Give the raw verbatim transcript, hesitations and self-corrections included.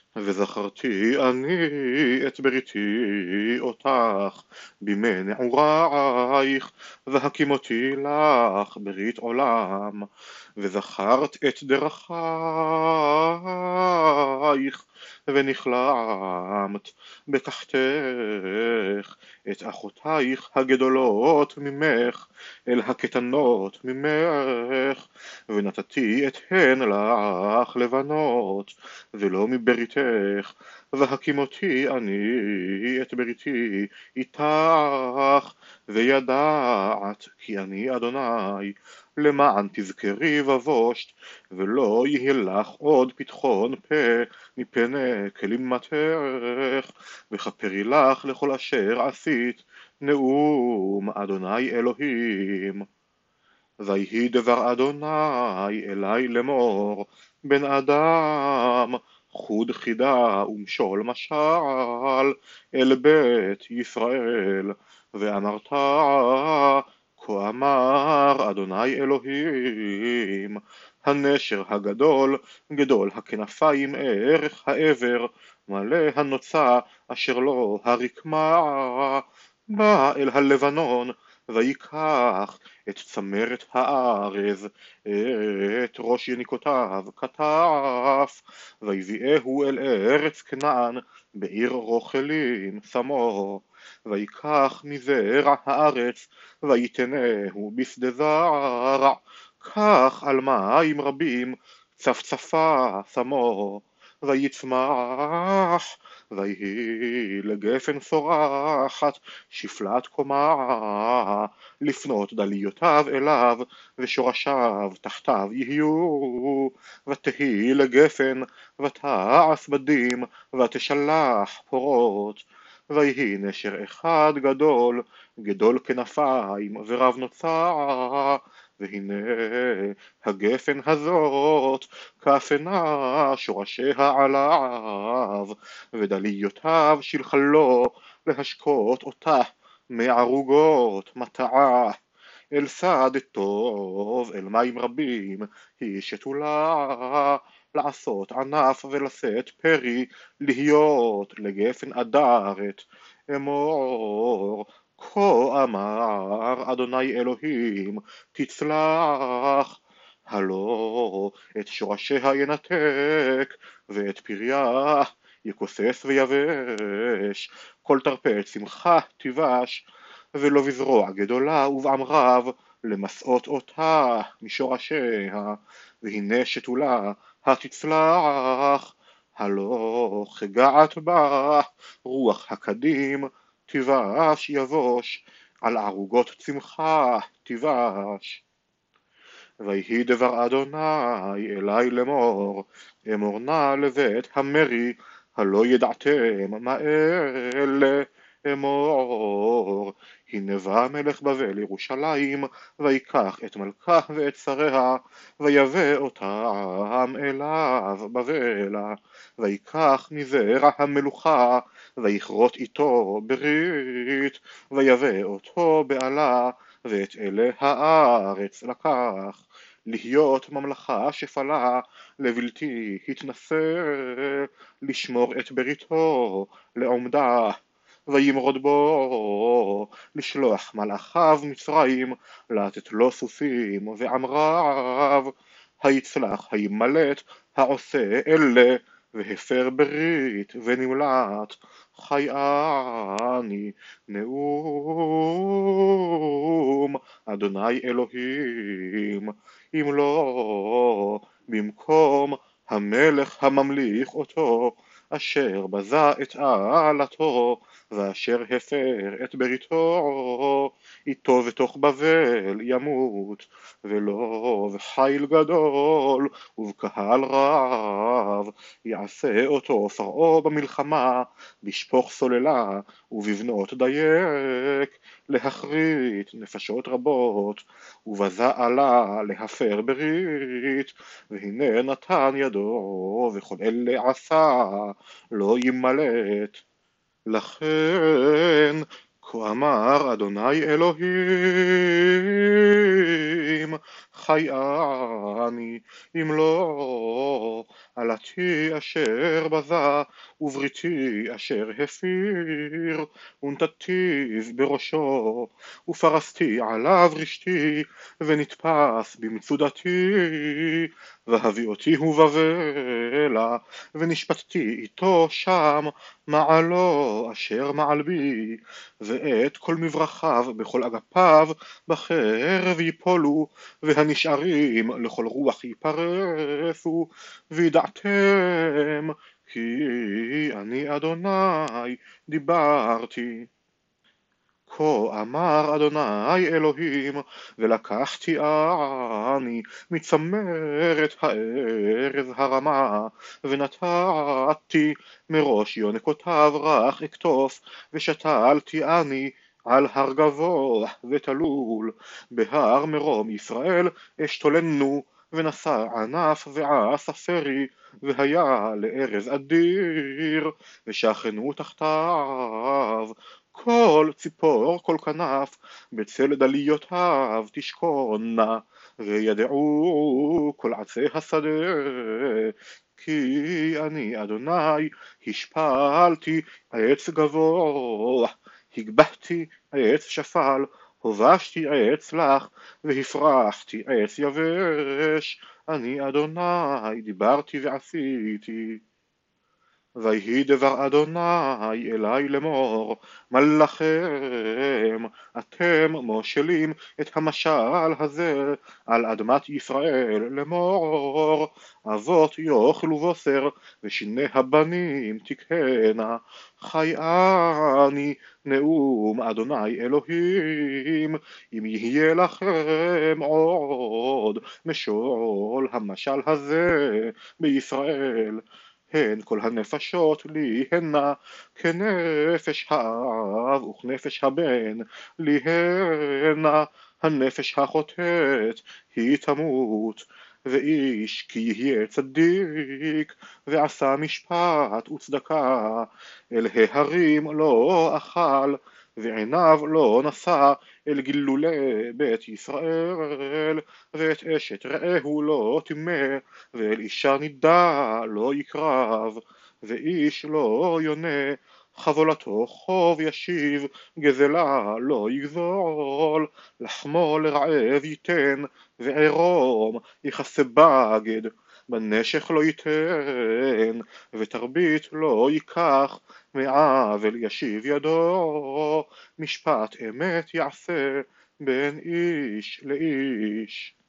וזכרתי אני את בריתי אותך בימי נעורייך, והקימותי לך ברית עולם, וזכרת את דרכייך, ונכלמת בתחתך את אחותייך הגדולות ממך אל הקטנות ממך, ונתתי את הן לך לבנות ולא מבריתך, והקימותי אני את בריתי איתך, וידעת כי אני אדוני, למען תזכרי ובושת, ולא יהיה לך עוד פתחון פה מפני כלימתך, וכפרי לך לכל אשר עשית, נאום אדוני אלוהים. ויהי דבר אדוני אלי לאמור, בן אדם, חוד חידה ומשול משל אל בית ישראל, ואמרת, כה אמר אדוני אלוהים, הנשר הגדול, גדול הכנפיים ערך העבר, מלא הנוצה אשר לו הרקמה, בא אל הלבנון, ויקח את צמרת הארז, את ראש יניקותיו כתף, ויביאהו אל ארץ כנען, בעיר רוחלים שמו, ויקח מזרע הארץ, ויתנהו בשדה זרע, כך על מים רבים, צפצפה שמו, ויצמח, ויהי לגפן סורחת, שפלת קומה, לפנות דליותיו אליו, ושורשיו תחתיו יהיו, ותהי לגפן, ותעש בדים, ותשלח פורות, ויהי נשר אחד גדול, גדול כנפיים ורב נוצה, והנה הגפן הזאת כאפנה שורשיה עליו, ודליותיו שלחלו להשקות אותה מערוגות מטעה, אל שד טוב, אל מים רבים, היא שתולה, לעשות ענף ולשאת פרי, להיות לגפן אדרת, אמור, כה אמר אדוני אלוהים, תצלח, הלא את שורשיה ינתק, ואת פריה יכוסס ויבש, כל תרפה צמחה תיבש, ולא בזרוע גדולה ובעם רב, למסעות אותה משורשיה, והנה שתולה התצלח, הלא חגעת בה רוח הקדים, תיבש יבוש, על ערוגות צמחה תיבש. ויהי דבר אדוני אלי לאמור, אמור נא לבית המרי, הלא ידעתם מה אלה, אמור, הנה בא מלך בבל ירושלים, ויקח את מלכה ואת שריה, ויבא אותם אליו בבלה, ויקח מזרע המלוכה, ויכרות איתו ברית, ויבא אותו בעלה, ואת אלה הארץ לקח, להיות ממלכה שפלה, לבלתי התנשא, לשמור את בריתו לעומדה, וימרוד בו, לשלוח מלאכיו מצרים, לתת לו סוסים ועם רב, היצלח הימלט העושה אלה, והפר ברית ונמלט, חי אני נאום אדוני אלוהים, אם לא במקום המלך הממליך אותו, אשר בזה את עלתו, ואשר הפר את בריתו, איתו בתוך בבל ימות, ולא בחיל גדול ובקהל רב, יעשה אותו פרעה במלחמה, בשפוך סוללה ובבנות דייק, להכרית נפשות רבות, ובזה עלה להפר ברית, והנה נתן ידו, וכל אלה עשה, לא ימלט. לכן, כה אמר אדוני אלוהים, חי אני, אם לא עלתי אשר בזה ובריתי אשר הפיר, ונתתיו בראשו ופרסתי עליו רשתי ונתפס במצודתי, והביא אותי הוא בבלה ונשפטתי איתו שם, מעלו אשר מעל בי, ואת כל מברכיו בכל אגפיו בחרב יפולו, והנשארים לכל רוח יפרסו, וידעתם כי אני אדוני דיברתי. כה אמר אדוני אלוהים, ולקחתי אני מצמרת הארז הרמה, ונתתי מראש יונקותיו רך אקטוף, ושתלתי אני על הר גבוה ותלול, בהר מרום ישראל אשתולנו, ונשא ענף ועש אפרי, והיה לארז אדיר, ושכנו תחתיו כל ציפור כל כנף, בצל דליותיו תשכונה, וידעו כל עצי השדה כי אני אדוני השפלתי עץ גבוה, הגבהתי עץ שפל, הובשתי עץ לך, והפרחתי עץ יבש, אני אדוני דיברתי ועשיתי. ויהי דבר אדוני אלי לאמור, מה לכם אתם מושלים את המשל הזה על אדמת ישראל, לאמור אבות יאכלו בוסר ושיני הבנים תקהנה, חי אני נאום אדוני אלוהים, אם יהיה לכם עוד משול המשל הזה בישראל, הן כל הנפשות לי הנה כנפש האב וכנפש הבן לי הנה, הנפש החוטאת היא תמות, ואיש כי יהיה צדיק ועשה משפט וצדקה, אל ההרים לא אכל ועיניו לא נשא אל גילולי בית ישראל, ואת אשת רעהו לא טימא, ואל אישה נידה לא יקרב, ואיש לא יונה, חבולתו חוב ישיב, גזלה לא יגזול, לחמו לרעב ייתן, וערום יכסה בגד, בנשך לא ייתן, ותרבית לא ייקח, מעוול ישיב ידו, משפט אמת יעשה בין איש לאיש.